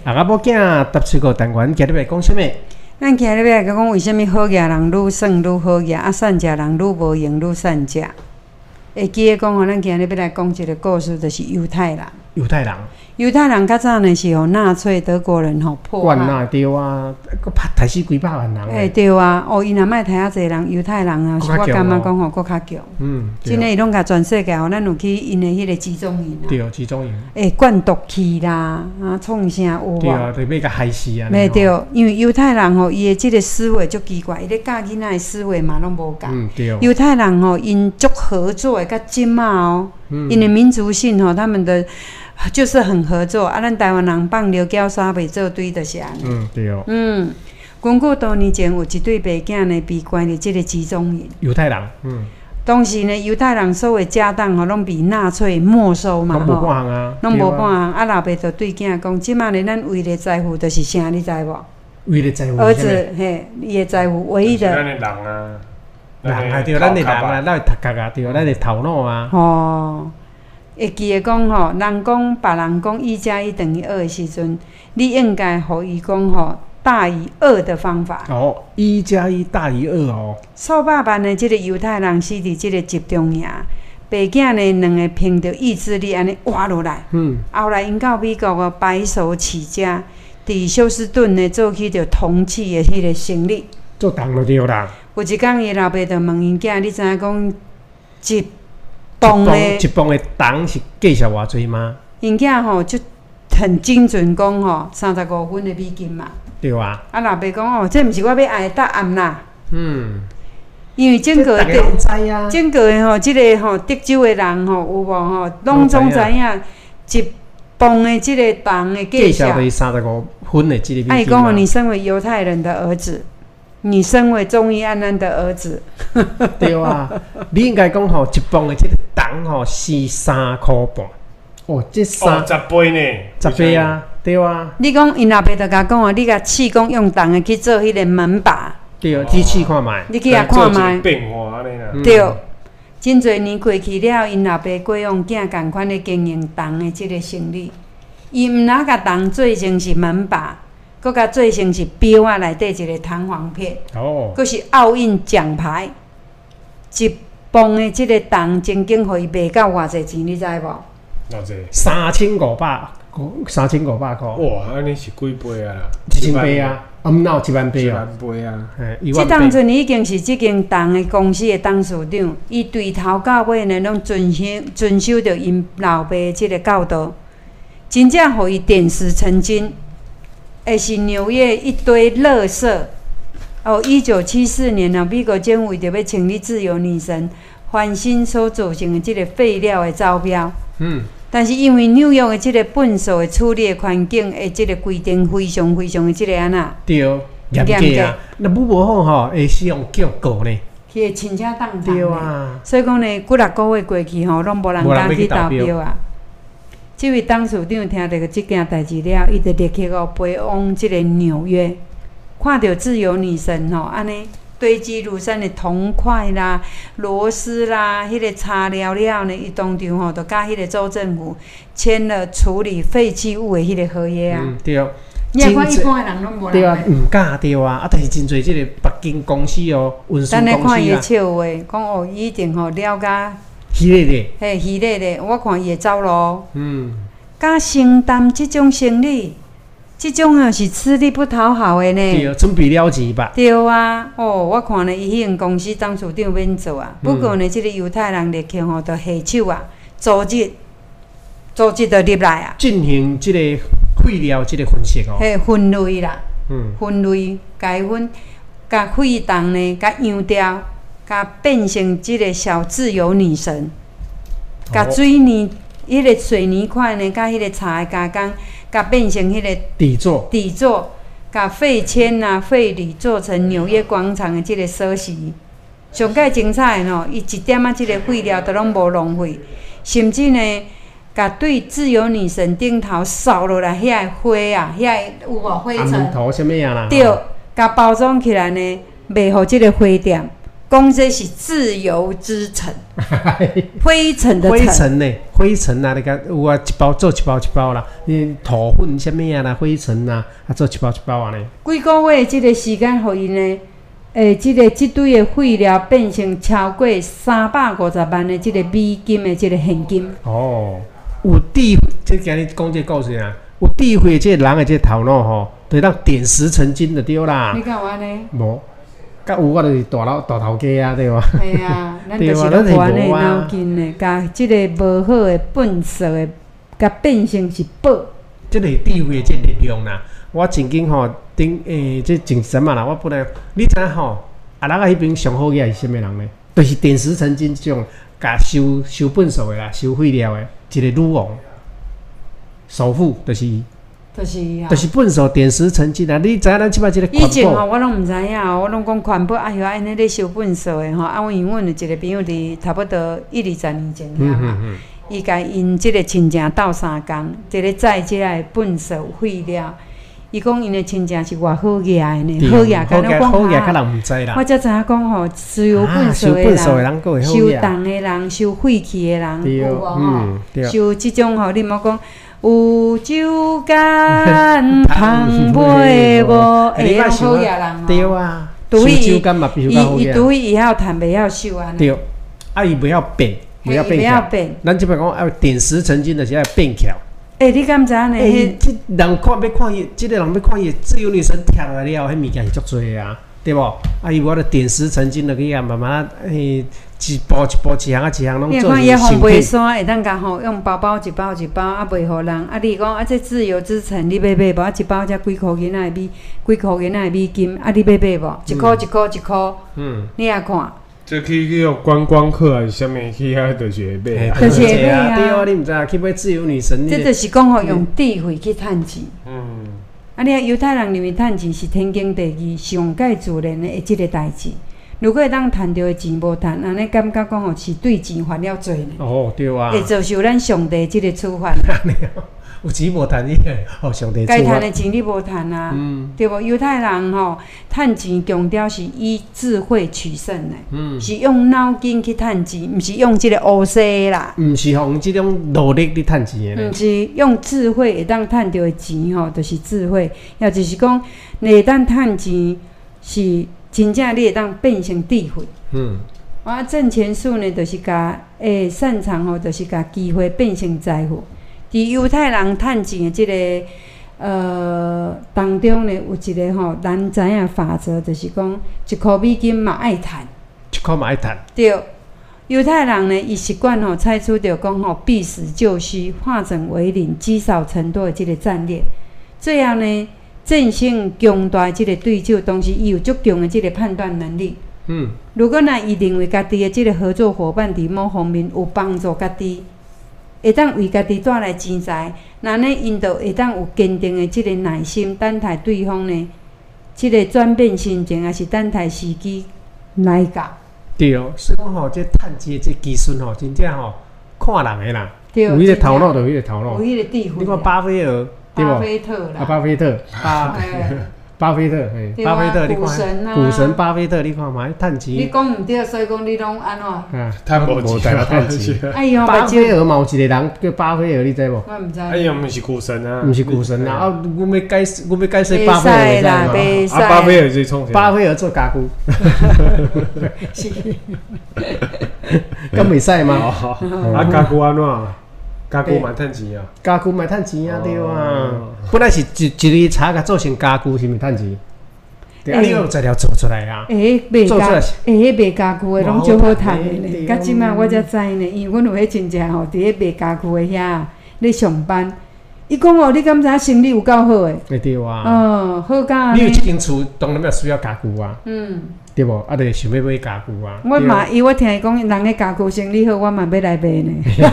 啊，某囝答出个单元，今日来讲什么？ 咱今日要来讲为什么好业人愈算愈好业，啊善食人愈无用愈善食。会记得讲吼，咱今日要来讲一个故事，就是犹太人。 犹太人， 犹太人较早呢是互纳粹德国人吼迫害。 啊，对啊，佮杀死几百万人。 对啊，哦，伊若莫杀遐侪人，犹太人啊，我感觉讲吼，佫较强。真诶，伊拢甲全世界吼，咱有去因诶迄个集中营啊。 对，集中营。 灌毒气啦，创啥有无？ 对啊，就要甲害死啊。 袂对，因为犹太人吼，伊诶即个思维足奇怪，伊咧教囡仔诶思维嘛拢无共。 对。 犹太人吼，因足合作诶，甲即马哦，因诶民族性吼，他们的。就是很合作啊！咱台湾人放料饺沙袂做堆就是安尼。 对哦。 根据多年前有一对爸囝呢被关入即个集中营。 犹太人。 当时呢，犹太人所有家当吼，拢被纳粹没收嘛吼。 拢无半项啊。 拢无半项啊！老爸就对囝讲：即摆呢，咱唯一的财富就是啥？你知无？ 唯一的财富。 儿子嘿，伊的财富唯一的。 咱的人啊。 人啊，对，咱的人啊，咱的头壳啊，对，咱的头脑啊。 哦。会记得讲吼，人讲别人讲1+1等于2的时阵，你应该互伊讲吼大于2的方法。 哦，1+1大于2哦。 数百万的即个犹太人死伫即个集中营，爸囝呢两个凭着意志力安尼活落来。后来因到美国哦，白手起家，伫休斯顿呢做起着铜器的迄个生意。 做重就对啦。 有一天，伊老爸就问因囝：你知影讲一一磅的糖是价值偌济吗？ 因囝吼就很精准讲吼，35分的美金嘛。 对啊。 啊，老爸讲哦，这毋是我要爱答案啦。因为整个的吼，即个吼德州的人吼有无吼，拢总知影一磅的即个糖的价值就是35分的即个美金。 伊讲吼，你身为犹太人的儿子。你身为忠义安安的儿子， 对啊，你应该讲吼，一磅的这个糖吼是3块半。哦，这10 倍呢 ？10倍啊，对啊。 你讲因老爸就甲讲哦，你甲试讲用糖的去做迄个门把。 对，机器看卖。 你去遐看卖。 变化安尼啦。 对，真侪年过去了，因老爸过用囝共款的经营糖的即个生意，伊毋哪甲糖做成是门把。佮甲做成是表啊，内底一个弹簧片，佮是奥运奖牌，一磅的即个糖，曾经互伊卖到偌济钱，你知无？ 偌济 ？3500块。 哇，安尼是几倍啊啦 ？1000倍啊！哪有1万倍啊 ？1万倍啊！ 即当阵已经是即间糖的公司的董事长，伊对头到尾呢，拢遵守着因老爸的即个教导，真正互伊点石成金。会是纽约一堆垃圾哦！1974年哦，美国政府为着要成立自由女神，翻新所造成的即个废料的招标。但是因为纽约的即个粪扫的处理环境的即个规定非常的即个安那。 对，严格啊！那无好吼，会使用叫告呢。 去亲戚当对啊。 所以讲呢，几6个月过去吼，拢无人敢去投标啊。这位董事长听到这件代志了，伊就立刻飞往这个纽约，看到自由女神吼，安尼堆积如山的铜块啦、螺丝啦，迄个材料了呢，伊当场吼，就甲迄个州政府签了处理废弃物的迄个合约啊。 对。 你也看一般的人拢无人。 对啊，唔敢对啊，但是真侪即个北京公司哦，运输公司啊。 咱来看伊的笑话，讲哦，伊一定吼了解。 虚咧咧， 嘿，虚咧咧，我看伊会走路。甲承担即种生意，即种哦是吃力不讨好的呢。 对，准备了钱吧。 对啊，哦，我看呢，伊迄间公司董事长免做啊。不过呢，即个犹太人立刻吼，就下手啊，组织就入来啊。 进行即个废料即个分析哦。 嘿，分类啦。分类，甲废糖呢，甲样掉。甲变成即个小自由女神，甲水泥迄个水泥块呢，甲迄个茶的加工，甲变成迄个底座， 甲废铅啊、废铝做成纽约广场的即个锁匙。上界精彩的伊一点仔即个废料都拢无浪费，甚至呢，甲对自由女神顶头扫落来遐个花啊，遐有无灰尘？ 头什么啊啦？ 对，甲包装起来呢，卖互即个花店。 讲这是自由之城，灰尘的灰尘。 尘呢？灰尘啊，你看有啊，一包做一包一包啦，你土粉什么啊啦，灰尘啊，做一包一包啊呢。 几个月这个时间，互因呢，这堆的废料变成超过350万的这个美金的这个现金。 哦，有智慧，即今日讲这个故事啊，有智慧的这个人的这个头脑吼，就当点石成金就对啦你。敢有安尼？ 无，甲有我就是大头家啊，对吧？ 系啊，咱就是对啊咱是咧玩的无啊脑筋的，甲即个无好的笨色的，甲变成是宝。 这个智慧的这个力量啦。我曾经吼这前阵嘛啦，我本来你知影吼，啊，咱啊迄边上好嘅是啥物人呢？就是点石成金这种，甲收粪扫的啦，收废料的一个女王，首富就是伊。 就是啊就。是粪扫点石成金啊！你知影咱即摆即个以前吼， 环保， 我拢毋知影哦，我拢讲环保，哎哟，安尼咧收粪扫的吼，啊，因为阮有一个朋友伫差不多1、20年前遐嘛，伊甲因即个亲情斗相共，伫咧载即个粪扫废料，伊讲因的亲情是偌好野的呢，好野，敢若讲好野，较哈， 人毋知啦我。才知影讲吼，收粪扫收的粪扫的人。 人，佫会好收野。 重的人、收废气的人， 对有无吼？ 对。 收即种吼，你莫讲有酒干倘卖无，会拢好野人吼。 对啊， 除非收酒干嘛必须较好野。 伊除非伊晓趁，袂晓收安尼。 对，啊，伊不要变，不要变伊袂晓巧。 变。 咱即摆讲要点石成金，就是要变巧。 你敢知影呢？ 这人看要看伊，即个人要看伊自由女神跳来了，迄物件是足多的啊，对无？啊，伊无得点石成金，就去啊，慢慢一步一步，一项一项拢做你看伊红成品。 背山会当甲吼用包包一包一包啊卖互人，啊你讲啊这自由之城你要买无？啊一包才几箍银仔的米，几箍银仔的美金，啊你要买无？一箍一箍一箍，你也看。 这去有观光客还是啥物去遐，就是会买啊。 就是会买啊对啊，你毋知影去买自由女神， 这就是讲吼用智慧去趁钱。 嗯， 啊，你看犹太人认为趁钱是天经地义、上界自然的即个代志。如果会当趁到的钱无趁，安尼感觉讲吼是对钱犯了罪呢， 哦，对啊， 会遭受咱上帝即个处罚。 有钱无趁，你哦上帝该处罚。 趁的钱你无趁啊，对无？犹太人吼趁钱强调是以智慧取胜的，是用脑筋去趁钱，毋是用即个乌西啦。 毋是用即种努力去趁钱的呢。 毋是用智慧会当趁到的钱吼，就是智慧。也就是讲，你会当趁钱是真正你会当变成智慧。啊，挣钱术呢，就是甲擅长吼，就是甲机会变成财富。伫犹太人趁钱的即个当中呢，有一个吼咱知影法则，就是讲1箍美金嘛爱趁。 一箍嘛爱趁。 对，犹太人呢，伊习惯吼采取着讲吼避实就虚、化整为零、积少成多的即个战略。最后呢，战胜强大的即个对手，同时伊有足强的即个判断能力。如果若伊认为家己的即个合作伙伴伫某方面有帮助家己，会当为家己带来钱财，那呢因就会当有坚定的即个耐心，等待对方呢，即个转变心情，还是等待时机来到。 对，所以讲吼，这趁钱的这技术吼，真正吼看人的啦。 对， 有迄个头脑，就有迄个头脑。 有迄个智慧。 你看巴菲尔，对无？ 巴菲特啦， 巴菲特，巴菲特， 对啊巴菲特，你股神啊看，股神巴菲特，你看嘛，趁你钱。 讲毋对，所以讲你拢安怎？ 趁无无钱在趁钱。 哎呦， 巴菲尔嘛有一个人叫巴菲尔，你知无？ 我毋知。 哎呀，毋是股神啊， 毋是股神啊！啊，阮要解释巴袂菲尔， 使啦， 你袂使。 啊，巴菲尔是创啥？ 巴菲尔做家具，咁袂使吗？ 啊，家具安怎？家具嘛趁钱啊？ 家具嘛趁钱啊，对啊。本来是一粒茶甲做成家具，是毋是趁钱？对啊，你有材料做出来啊？ 卖做出来家，迄卖家具的拢足好趁的对呢。到即摆我才知呢，因为阮有迄亲戚吼，伫咧卖家具的遐咧上班。伊讲哦，你敢知影生理有够好诶？ 对啊。 好甲你有一间厝，当然要需要家具啊。对无？啊，就想要买家具啊。 我嘛，我听伊讲，人诶家具生理好，我嘛要来买呢。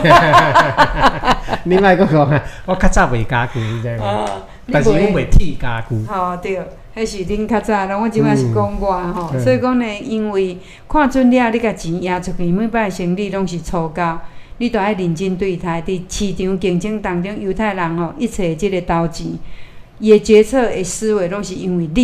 你莫阁讲啊，我较早卖家具，你知无？但是阮卖铁家具。 吼对，迄是恁较早啦，我即摆是讲我吼，所以讲呢，因为看准了你甲钱压出去，每摆生理拢是粗高，你著爱认真对待。伫市场竞争当中，犹太人吼一切即个投钱，伊诶决策诶思维拢是因为利，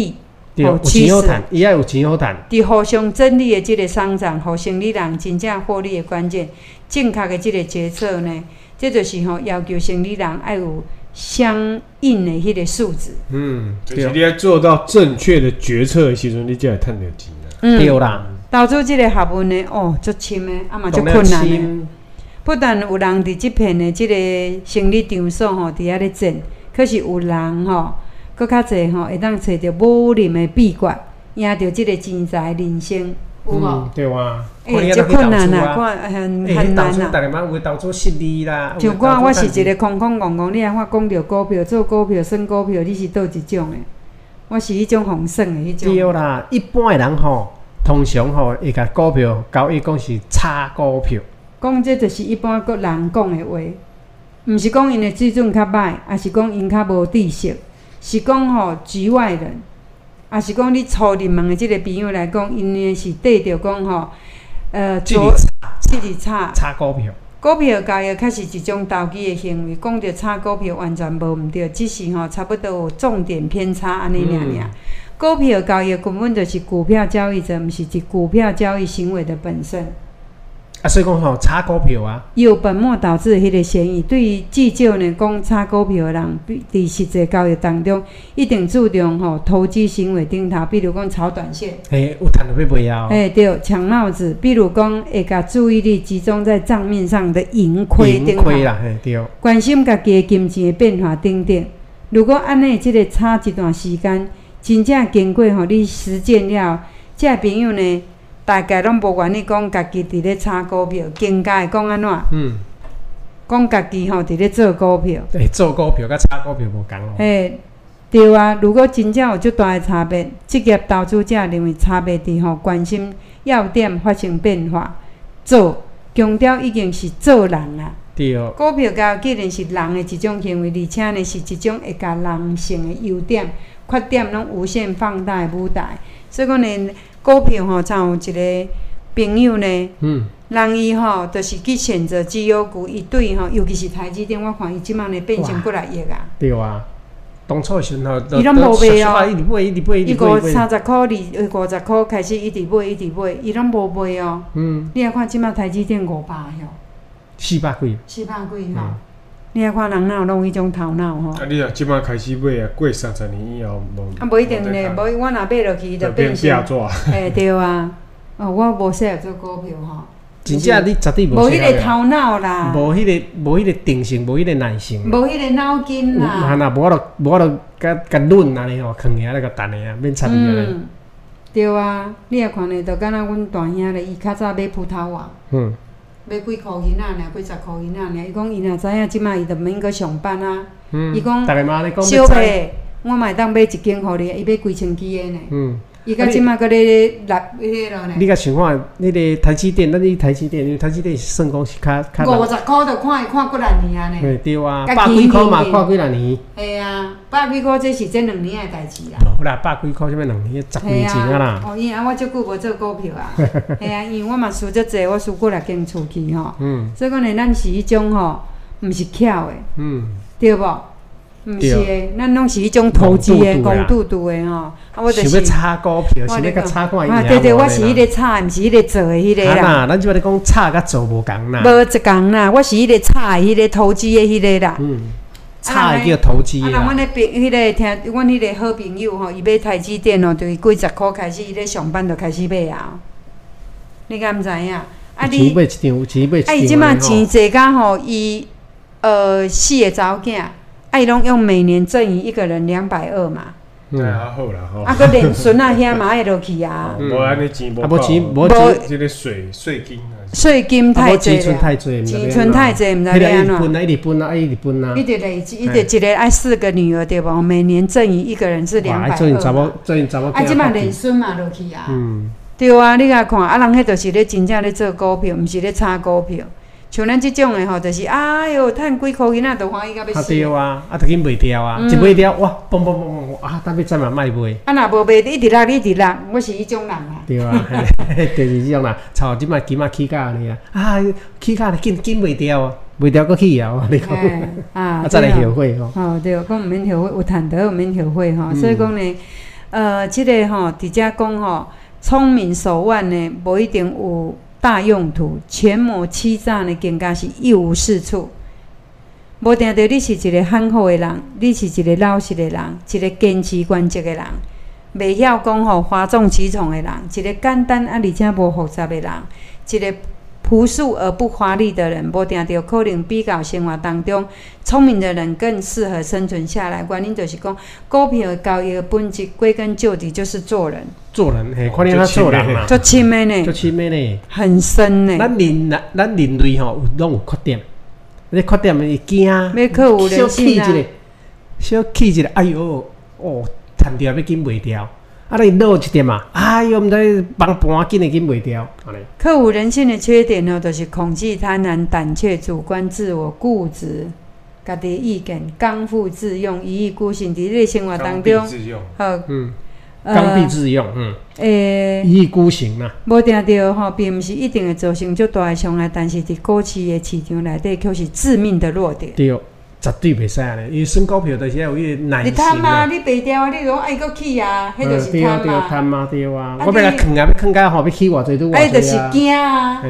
对，有钱好赚，伊也有钱好赚。 伫互相整理的即个商场，互生理人真正获利的关键，正确的即个决策呢，这就是要求生理人要有相应的迄个素质。 就是你要做到正确的决策的时阵，你才会赚到钱啦。 对啦， 投资即个学问呢，足深的，嘛足困难的。不但有人伫即片的即个生理场所伫遐咧赚，可是有人搁较济会当找着武林的秘诀，赢着即个钱财人生，有无？ 对啊， 足困难啊，很难啊。 逐个嘛有投资失利啦。 像我是一个空空戆戆，你若我讲着股票、做股票、算股票，你是倒一种的？我是迄种红算的迄种。 对啦，一般的人通常会甲股票交易讲是炒股票。 讲这就是一般个人讲的话，毋是讲因的水准较歹，也是讲因较无知识，是讲局外人，也是讲你初入门的即个朋友来讲，因的是缀着讲即日炒股票。 股票交易确实一种投机的行为，讲着炒股票完全无毋对，只是差不多有重点偏差安尼尔。股票交易根本就是股票交易者，毋是指股票交易行为的本身。 所以讲炒股票啊， 有本末倒置的迄个嫌疑。对于至少呢，讲炒股票的人，伫实际交易当中，一定注重投机行为顶头，比如讲炒短线， 有赚就要卖啊。 对，抢帽子，比如讲会甲注意力集中在账面上的盈亏顶头， 啦，对， 关心家己的金钱的变化等等。如果安尼即个炒一段时间，真正经过你实践了，这朋友呢？大概拢无愿意讲家己伫咧炒股票，更加会讲安怎？讲家己伫咧做股票。 做股票甲炒股票无共哦。 对啊，如果真正有足大的差别，职业投资者认为差别伫关心要点发生变化，做强调已经是做人啊。 对。 股票交易既然是人的一种行为，而且呢是一种会甲人性的优点、缺点拢无限放大的舞台，所以讲呢。股票像有一个朋友呢，人伊就是去选择绩优股，伊对尤其是台积电，我看伊即摆呢变成过来亿啊。 对啊，当初时伊拢无卖哦， 一直买， 伊30块、50块开始一直买，伊拢无卖哦。你来看即摆台积电500 400几 ，400几你来看人哪有拢迄种头脑你若即摆开始买啊，过30年以后无。 无一定呢，无我若买落去就变成。对啊，我无适合做股票真正你绝对无迄个头脑啦， 无迄个定性，无迄个耐性， 无迄个脑筋啦。 无我就甲论安尼囥遐咧，甲等下免插伊咧。 对啊，你来看呢，就敢若阮大兄咧，伊较早买葡萄啊。买几箍银仔尔，几10箍银仔尔。伊讲伊若知影即摆伊就免搁上班啊。伊讲小妹，我嘛会当买一间互你，伊买几千支的呢。伊甲即摆搁咧立迄个呢。 你甲想看，迄个台积电，因为台积电算讲是较 50箍就看几来年啊呢。 对啊，100几箍嘛看几来年。 系啊，100几箍这是这2年的代志啦。 无啦，100几箍什么2年，10年前啊啦。 因为我足久无做股票啊。系啊，因为我嘛输足济，我输过6间厝去所以讲呢，咱是迄种毋是巧的。对无？毋是的，咱拢是迄种投资的、公拄拄的我就是。 想要炒股票，想要甲炒看赢。 对，我是迄个炒，毋是迄个做的迄个啦。 咱即摆咧讲炒甲做无共啦。 无一共啦，我是迄个炒的、迄个投资的迄个啦。 炒的叫投资的啦。 阮咧听，阮迄个好朋友伊买台积电就是几10箍开始，伊咧上班就开始买啊。你敢毋知影？ 钱买一张，钱买一张。 伊即摆钱济甲伊4个查某囝。伊拢用每年赠予一个人220嘛。 还好啦搁连孙仔遐嘛爱落去啊。 无安尼钱无。 无钱， 即个税金啊。 税金太济了。钱太济， 钱存太济，毋知要安怎。 一直分啊。 一直累积，一个爱4个女儿对无？每年赠予一个人是220。即摆连孙嘛落去啊。对啊，你甲看，人迄就是咧真正咧做股票，毋是咧炒股票。像咱即种的就是哎哟，趁几箍银仔就欢喜到要死。 对啊，就紧卖掉啊，一卖掉哇，嘣，等要再嘛卖卖。 若无卖，一直落，我是迄种人啊。 对啊，就是即种啦。操，即摆金仔起价安尼啊，起价紧卖掉啊，卖掉搁起啊，你讲。再来后悔对，讲毋免后悔，有趁得毋免后悔所以讲呢， 即个吼，伫遮讲吼，聪明手腕呢，无一定有大用途，权谋欺诈呢，更加是一无是处。无定着你是一个憨厚的人，你是一个老实的人，一个坚持原则的人，袂晓讲吼哗众取宠的人，一个简单而且无复杂的人，一个朴素而不华丽的人，无定着可能比较生活当中，聪明的人更适合生存下来。原因就是讲，股票交易的本质归根究底就是做人。 做人嘿，看你他做人嘛， 足深的呢， 足深的呢， 很深呢。 咱人类吼，拢有缺点，你缺点会惊， 要克服人性啊， 小气一个，哎哟，哦，赚掉要紧袂掉。啊，你落一点嘛，哎哟，毋知帮盘紧的紧袂掉，安尼。 克服人性的缺点呢，就是恐惧、贪婪、胆怯、主观、自我、固执、家己意见、刚愎自用、一意孤行，伫你生活当中， 刚愎自用，一意孤行啦。 无定着吼，并毋是一定会造成足大的伤害，但是伫股市的市场内底，却是致命的弱点。 对。 绝对袂使咧，因为选股票就是有迄个耐心。 你贪啊，你白掉啊，你讲爱搁起啊，迄就是贪啊。 对贪啊，对啊。我要甲囥啊，要囥甲吼，要起偌济都偌济啊。 哎，就是惊啊。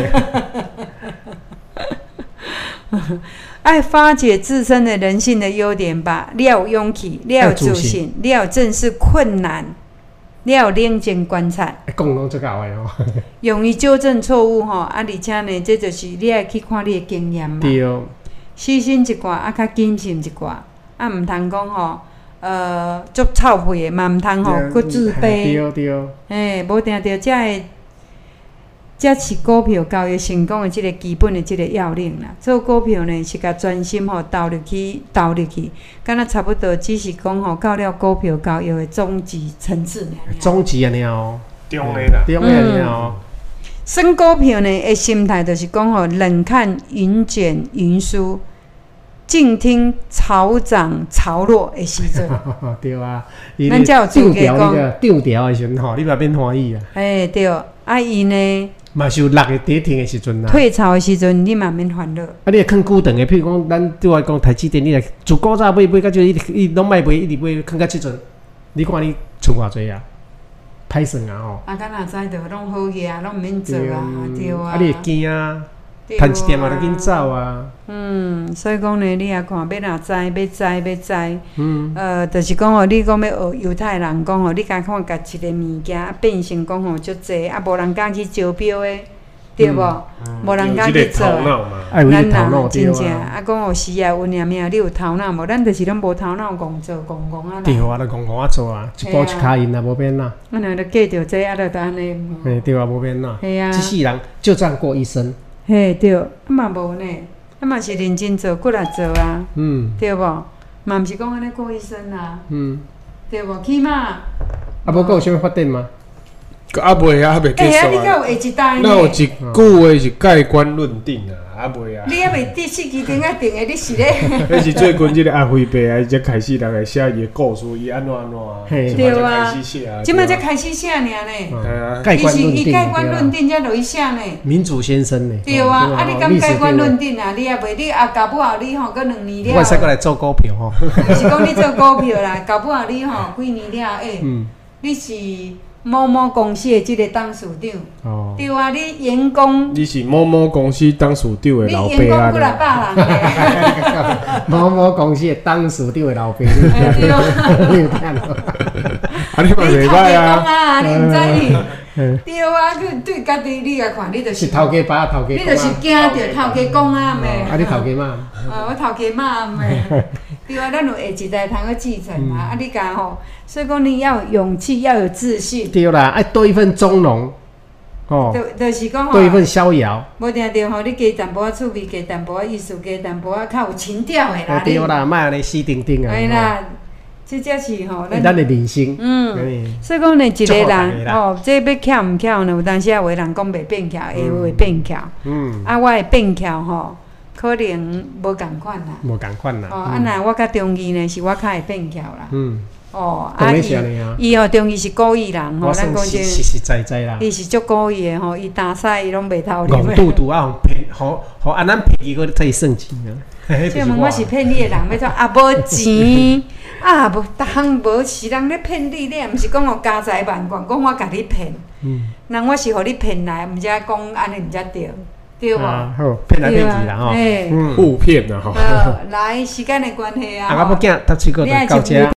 爱发掘自身的人性的优点吧，你要有勇气，你要有自信，你要正视困难，你要有冷静观察。 讲拢足够诶哦。 勇于纠正错误吼，而且呢，这就是你爱去看你的经验嘛。 对。 细心一寡，较谨慎一寡，毋通讲吼，足臭屁的，嘛毋通吼，佫自卑。对。无定着这是股票交易成功的即个基本的即个要领啦。做股票呢，是甲专心吼投入去，敢若差不多只是讲吼到了股票交易的终极层次。 终极安尼哦。 中的啦。 中的安尼哦。 选股票呢的心态就是讲吼，冷看云卷云舒，静听潮涨潮落的时阵。 对啊， 咱才有资格讲。 调调的时阵吼，你嘛变欢喜啊。 对，啊伊呢？ 嘛是有落的跌停的时阵啊。 退潮的时阵，你嘛免烦恼。 啊，你会囥久长的，譬如讲，咱对我讲台积电，你来自古早买到就伊拢卖卖，一直买囥到即阵，你看你存偌济啊？歹算啊吼！ 敢若知着拢好去啊，拢毋免做啊，对啊。 啊，你会惊啊？趁一点嘛，就紧走啊。 所以讲呢，你也看，要知。就是讲吼，你讲要学犹太人讲吼，你甲看甲一个物件变成讲吼足济，啊，无人敢去招标的，对无？无人敢去做。咱人真正啊，讲有时啊，有命命，你有头脑无？咱就是拢无头脑，戆做戆啊。 对啊，就戆啊做啊，一步一脚印啊，无变啦。 咱就记着这，啊，就安尼。 对啊，无变啦。 系啊。 一世人就这样过一生。 嘿，对，嘛无呢，嘛是认真做，骨力做啊，对无？嘛毋是讲安尼过一生啊，对无？起码啊， 无佫有啥物发展吗？ 啊袂啊，还袂结束啊。 你敢有下一代呢？ 那有一句话是盖棺论定啊，啊袂啊。 你还袂第四期顶啊定的，你是咧？ 迄是最近即个阿辉伯啊，才开始人来写伊的故事，伊安怎啊？ 对啊，即摆才开始写尔呢。伊盖棺论定才落去写呢。 民主先生呢？ 对啊，啊你敢盖棺论定啊？你也袂，你啊搞不好你吼，搁2年了。 我使过来做股票吼。 是讲你做股票啦，搞不好你吼几年了，你是。某某公司的即个董事长，对啊，你员工， 你是某某公司董事长的老爸啊！ 你员工几来百人咧？ 某某公司的董事长的老爸， 对啊， 你嘛袂歹啊！你毋知哩？对啊，佮对家己你来看，你就是头家爸头家， 你就是惊着头家讲啊咩？ 啊，你头家嘛？ 我头家嘛咩？对啊，咱有下一代通去继承嘛？啊，你讲吼，所以讲你要有勇气，要有自信。 对啦，爱多一份从容， 就是讲吼， 多一份逍遥。 无定定吼，你加淡薄仔趣味，加淡薄仔意思，加淡薄仔较有情调的啦。 对啦，莫安尼死定定啊。 哎啦，这才是吼， 咱的人生。 所以讲呢，一个人哦，这要巧唔巧呢？有当时啊，有人讲袂变巧，会会变巧。啊，我的变巧吼。可能无共款啦， 无共款啦。 啊，那我较中意呢，是我较会变巧啦。伊吼中意是故意人吼， 咱讲实实在在啦。 伊是足故意的吼，伊打赛伊拢袂偷啉。 戆拄拄啊，骗，互安咱骗伊个才会算钱啊。 即问我是骗你的人，要怎啊？无钱啊，无逐项无是人咧骗你，你也毋是讲互家财万贯，讲我甲你骗。人我是互你骗来，毋则讲安尼毋则对，对无？ 好，骗来骗去啦吼。 嘿， 互骗啊，吼。 来时间的关系啊。 啊，我某囝读书个就到遮。